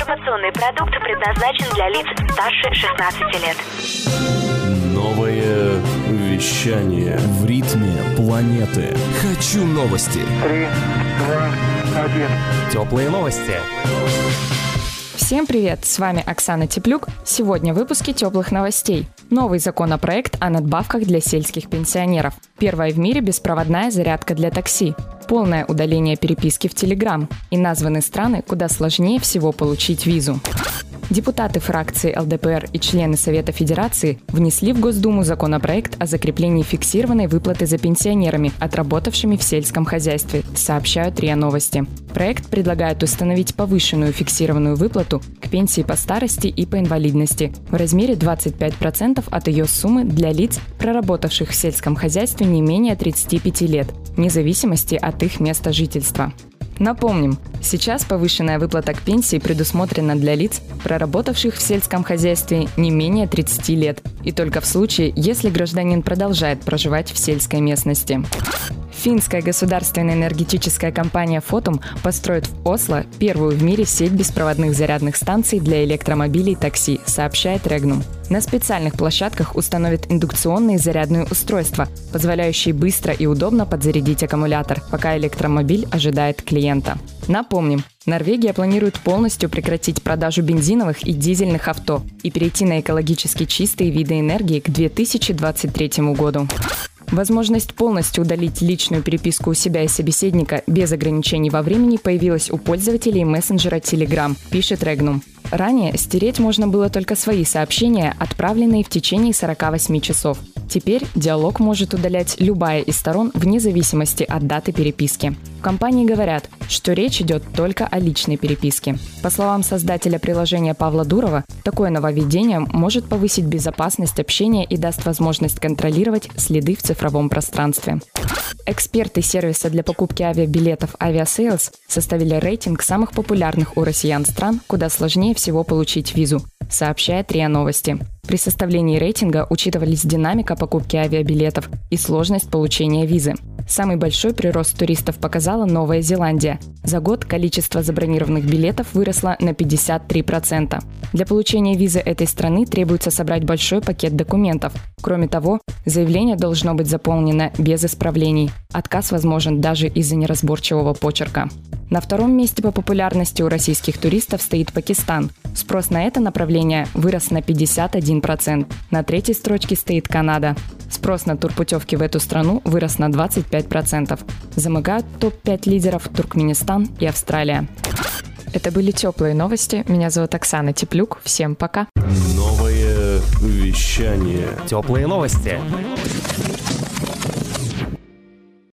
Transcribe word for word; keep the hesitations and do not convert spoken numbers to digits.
Информационный продукт предназначен для лиц старше шестнадцати лет. Новое вещание в ритме планеты. Хочу новости. Три, два, один. Теплые новости. Всем привет! С вами Оксана Теплюк. Сегодня в выпуске теплых новостей. Новый законопроект о надбавках для сельских пенсионеров. Первая в мире беспроводная зарядка для такси. Полное удаление переписки в Telegram. И названы страны, куда сложнее всего получить визу. Депутаты фракции эл дэ пэ эр и члены Совета Федерации внесли в Госдуму законопроект о закреплении фиксированной выплаты за пенсионерами, отработавшими в сельском хозяйстве, сообщают РИА Новости. Проект предлагает установить повышенную фиксированную выплату к пенсии по старости и по инвалидности в размере двадцать пять процентов от ее суммы для лиц, проработавших в сельском хозяйстве не менее тридцати пяти лет, вне зависимости от их места жительства. Напомним, сейчас повышенная выплата к пенсии предусмотрена для лиц, проработавших в сельском хозяйстве не менее тридцати лет, и только в случае, если гражданин продолжает проживать в сельской местности. Финская государственная энергетическая компания «Фотум» построит в Осло первую в мире сеть беспроводных зарядных станций для электромобилей и такси, сообщает Регнум. На специальных площадках установят индукционные зарядные устройства, позволяющие быстро и удобно подзарядить аккумулятор, пока электромобиль ожидает клиента. Напомним, Норвегия планирует полностью прекратить продажу бензиновых и дизельных авто и перейти на экологически чистые виды энергии к две тысячи двадцать третьему году. Возможность полностью удалить личную переписку у себя и собеседника без ограничений во времени появилась у пользователей мессенджера Telegram, пишет Регнум. Ранее стереть можно было только свои сообщения, отправленные в течение сорока восьми часов. Теперь диалог может удалять любая из сторон вне зависимости от даты переписки. В компании говорят, что речь идет только о личной переписке. По словам создателя приложения Павла Дурова, такое нововведение может повысить безопасность общения и даст возможность контролировать следы в цифровом пространстве. Эксперты сервиса для покупки авиабилетов Aviasales составили рейтинг самых популярных у россиян стран, куда сложнее всего получить визу, сообщает РИА Новости. При составлении рейтинга учитывались динамика покупки авиабилетов и сложность получения визы. Самый большой прирост туристов показала Новая Зеландия. За год количество забронированных билетов выросло на пятьдесят три процента. Для получения визы этой страны требуется собрать большой пакет документов. Кроме того, заявление должно быть заполнено без исправлений. Отказ возможен даже из-за неразборчивого почерка. На втором месте по популярности у российских туристов стоит Пакистан. Спрос на это направление вырос на пятьдесят один процент. На третьей строчке стоит Канада. Спрос на турпутевки в эту страну вырос на двадцать пять процентов. Замыкают топ пять лидеров Туркменистан и Австралия. Это были теплые новости. Меня зовут Оксана Теплюк. Всем пока. Новое вещание. Теплые новости.